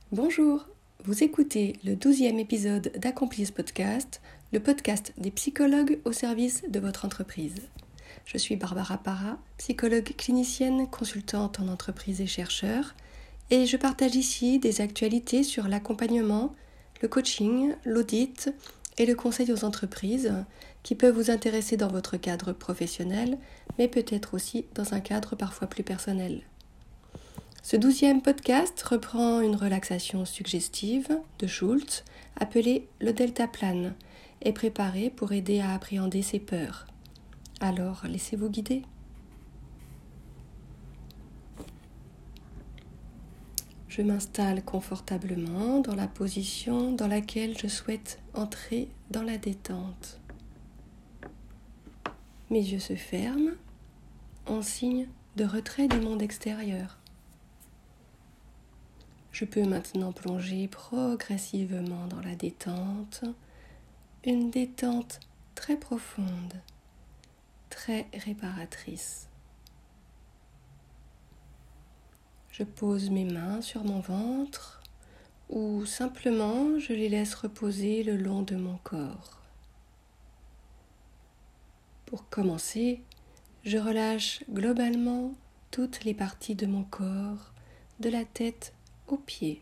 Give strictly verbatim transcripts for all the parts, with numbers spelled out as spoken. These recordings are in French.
Bonjour, vous écoutez le douzième épisode d'Accomplice Podcast, le podcast des psychologues au service de votre entreprise. Je suis Barbara Para, psychologue clinicienne, consultante en entreprise et chercheur, et je partage ici des actualités sur l'accompagnement, le coaching, l'audit et le conseil aux entreprises qui peuvent vous intéresser dans votre cadre professionnel, mais peut-être aussi dans un cadre parfois plus personnel. Ce douzième podcast reprend une relaxation suggestive de Schultz appelée le deltaplane et préparé pour aider à appréhender ses peurs. Alors, laissez-vous guider. Je m'installe confortablement dans la position dans laquelle je souhaite entrer dans la détente. Mes yeux se ferment en signe de retrait du monde extérieur. Je peux maintenant plonger progressivement dans la détente, une détente très profonde, très réparatrice. Je pose mes mains sur mon ventre ou simplement je les laisse reposer le long de mon corps. Pour commencer, je relâche globalement toutes les parties de mon corps, de la tête aux pieds.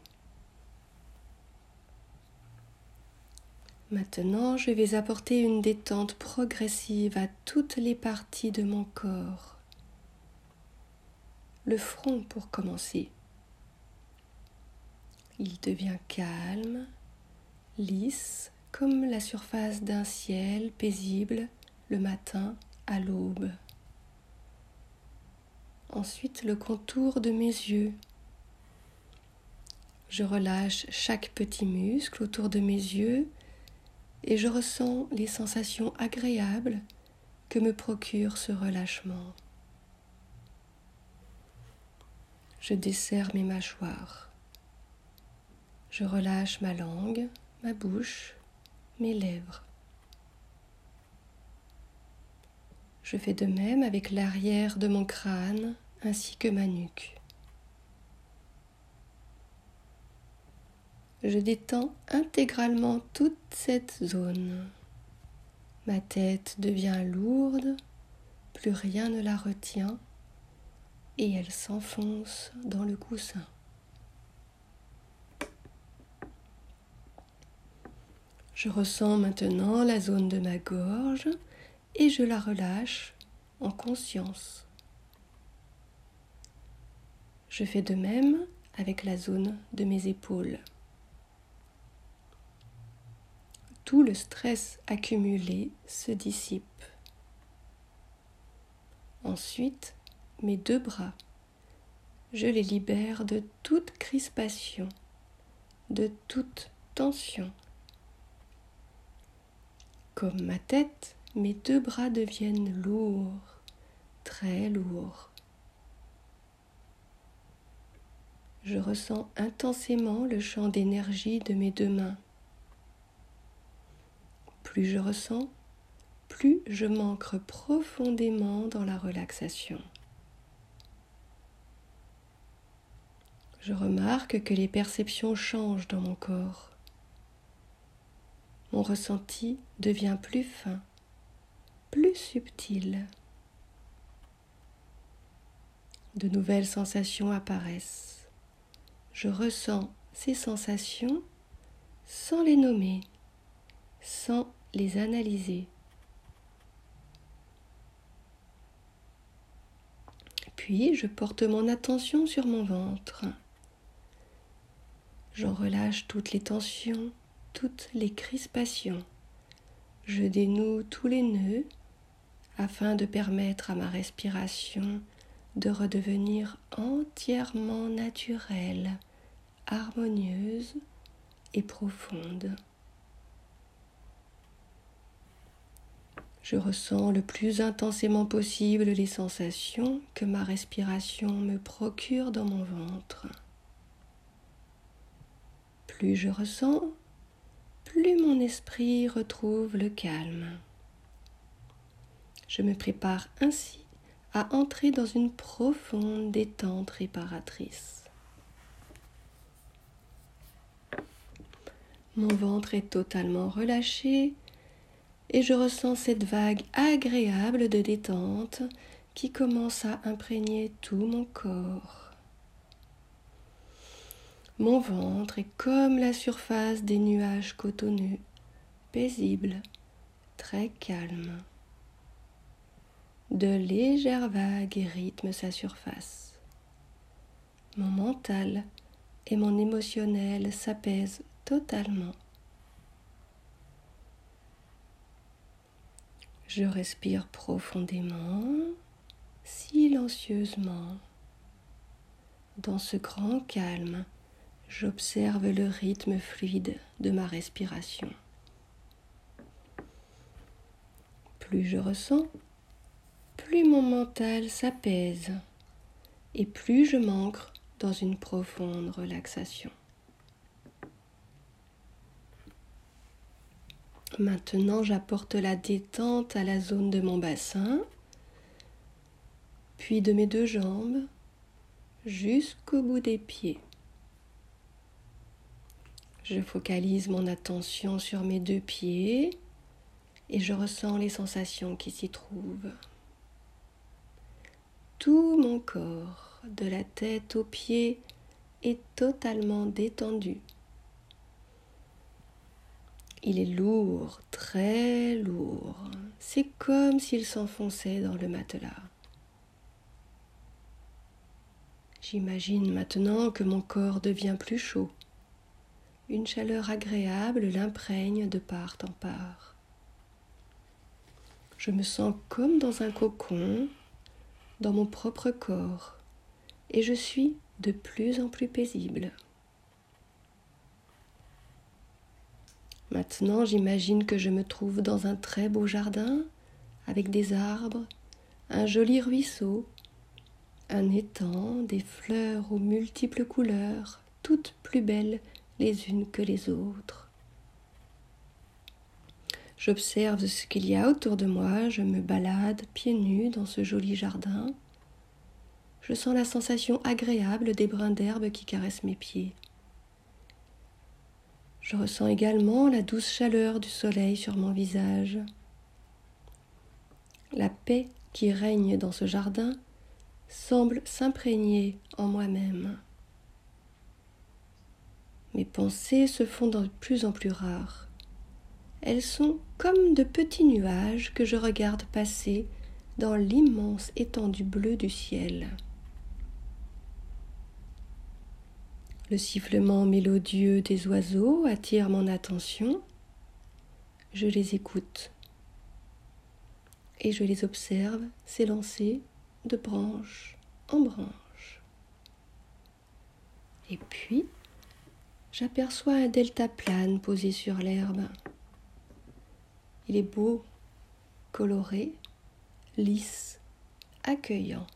Maintenant, je vais apporter une détente progressive à toutes les parties de mon corps. Le front pour commencer. Il devient calme, lisse, comme la surface d'un ciel paisible le matin à l'aube. Ensuite, le contour de mes yeux. Je relâche chaque petit muscle autour de mes yeux et je ressens les sensations agréables que me procure ce relâchement. Je desserre mes mâchoires. Je relâche ma langue, ma bouche, mes lèvres. Je fais de même avec l'arrière de mon crâne ainsi que ma nuque. Je détends intégralement toute cette zone. Ma tête devient lourde, plus rien ne la retient et elle s'enfonce dans le coussin. Je ressens maintenant la zone de ma gorge et je la relâche en conscience. Je fais de même avec la zone de mes épaules. Tout le stress accumulé se dissipe. Ensuite, mes deux bras, je les libère de toute crispation, de toute tension. Comme ma tête, mes deux bras deviennent lourds, très lourds. Je ressens intensément le champ d'énergie de mes deux mains. Plus je ressens, plus je m'ancre profondément dans la relaxation. Je remarque que les perceptions changent dans mon corps. Mon ressenti devient plus fin, plus subtil. De nouvelles sensations apparaissent. Je ressens ces sensations sans les nommer, sans les analyser. Puis je porte mon attention sur mon ventre. J'en relâche toutes les tensions, toutes les crispations. Je dénoue tous les nœuds afin de permettre à ma respiration de redevenir entièrement naturelle, harmonieuse et profonde. Je ressens le plus intensément possible les sensations que ma respiration me procure dans mon ventre. Plus je ressens, plus mon esprit retrouve le calme. Je me prépare ainsi à entrer dans une profonde détente réparatrice. Mon ventre est totalement relâché et je ressens cette vague agréable de détente qui commence à imprégner tout mon corps. Mon ventre est comme la surface des nuages cotonneux, paisible, très calme. De légères vagues rythment sa surface. Mon mental et mon émotionnel s'apaisent totalement. Je respire profondément, silencieusement. Dans ce grand calme, j'observe le rythme fluide de ma respiration. Plus je ressens, plus mon mental s'apaise et plus je m'ancre dans une profonde relaxation. Maintenant, j'apporte la détente à la zone de mon bassin, puis de mes deux jambes jusqu'au bout des pieds. Je focalise mon attention sur mes deux pieds et je ressens les sensations qui s'y trouvent. Tout mon corps, de la tête aux pieds, est totalement détendu. Il est lourd, très lourd. C'est comme s'il s'enfonçait dans le matelas. J'imagine maintenant que mon corps devient plus chaud. Une chaleur agréable l'imprègne de part en part. Je me sens comme dans un cocon, dans mon propre corps, et je suis de plus en plus paisible. Maintenant, j'imagine que je me trouve dans un très beau jardin, avec des arbres, un joli ruisseau, un étang, des fleurs aux multiples couleurs, toutes plus belles les unes que les autres. J'observe ce qu'il y a autour de moi, je me balade pieds nus dans ce joli jardin. Je sens la sensation agréable des brins d'herbe qui caressent mes pieds. Je ressens également la douce chaleur du soleil sur mon visage. La paix qui règne dans ce jardin semble s'imprégner en moi-même. Mes pensées se font de plus en plus rares. Elles sont comme de petits nuages que je regarde passer dans l'immense étendue bleue du ciel. Le sifflement mélodieux des oiseaux attire mon attention. Je les écoute et je les observe s'élancer de branche en branche. Et puis, j'aperçois un deltaplane posé sur l'herbe. Il est beau, coloré, lisse, accueillant.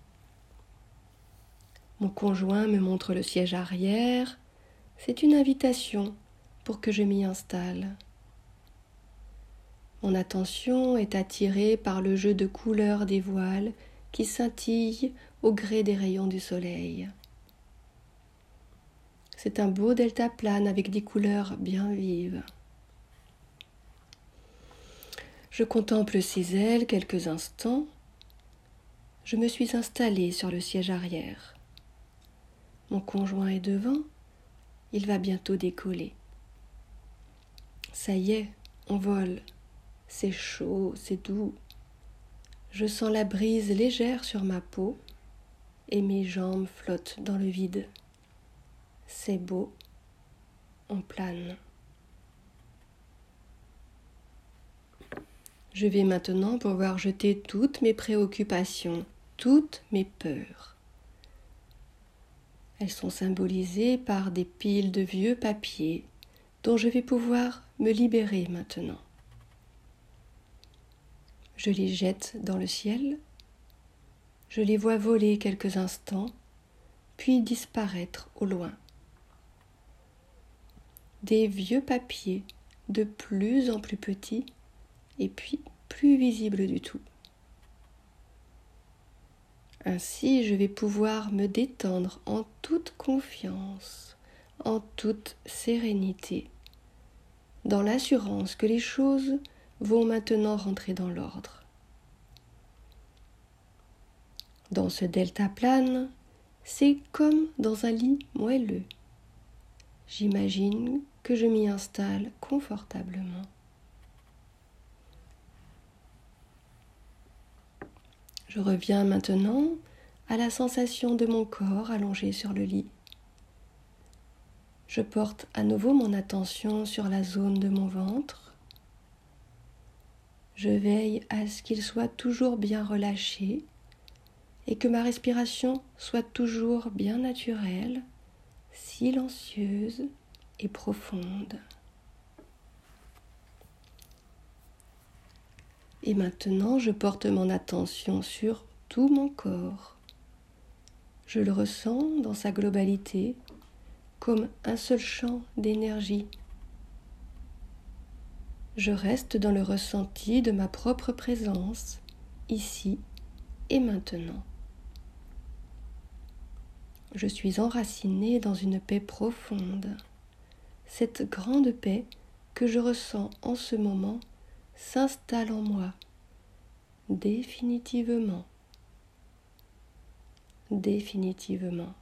Mon conjoint me montre le siège arrière. C'est une invitation pour que je m'y installe. Mon attention est attirée par le jeu de couleurs des voiles qui scintillent au gré des rayons du soleil. C'est un beau deltaplane avec des couleurs bien vives. Je contemple ses ailes quelques instants. Je me suis installée sur le siège arrière. Mon conjoint est devant, il va bientôt décoller. Ça y est, on vole. C'est chaud, c'est doux. Je sens la brise légère sur ma peau et mes jambes flottent dans le vide. C'est beau, on plane. Je vais maintenant pouvoir jeter toutes mes préoccupations, toutes mes peurs. Elles sont symbolisées par des piles de vieux papiers dont je vais pouvoir me libérer maintenant. Je les jette dans le ciel, je les vois voler quelques instants, puis disparaître au loin. Des vieux papiers de plus en plus petits et puis plus visibles du tout. Ainsi, je vais pouvoir me détendre en toute confiance, en toute sérénité, dans l'assurance que les choses vont maintenant rentrer dans l'ordre. Dans ce deltaplane, c'est comme dans un lit moelleux. J'imagine que je m'y installe confortablement. Je reviens maintenant à la sensation de mon corps allongé sur le lit. Je porte à nouveau mon attention sur la zone de mon ventre. Je veille à ce qu'il soit toujours bien relâché et que ma respiration soit toujours bien naturelle, silencieuse et profonde. Et maintenant, je porte mon attention sur tout mon corps. Je le ressens dans sa globalité, comme un seul champ d'énergie. Je reste dans le ressenti de ma propre présence, ici et maintenant. Je suis enracinée dans une paix profonde. Cette grande paix que je ressens en ce moment s'installe en moi, définitivement, définitivement.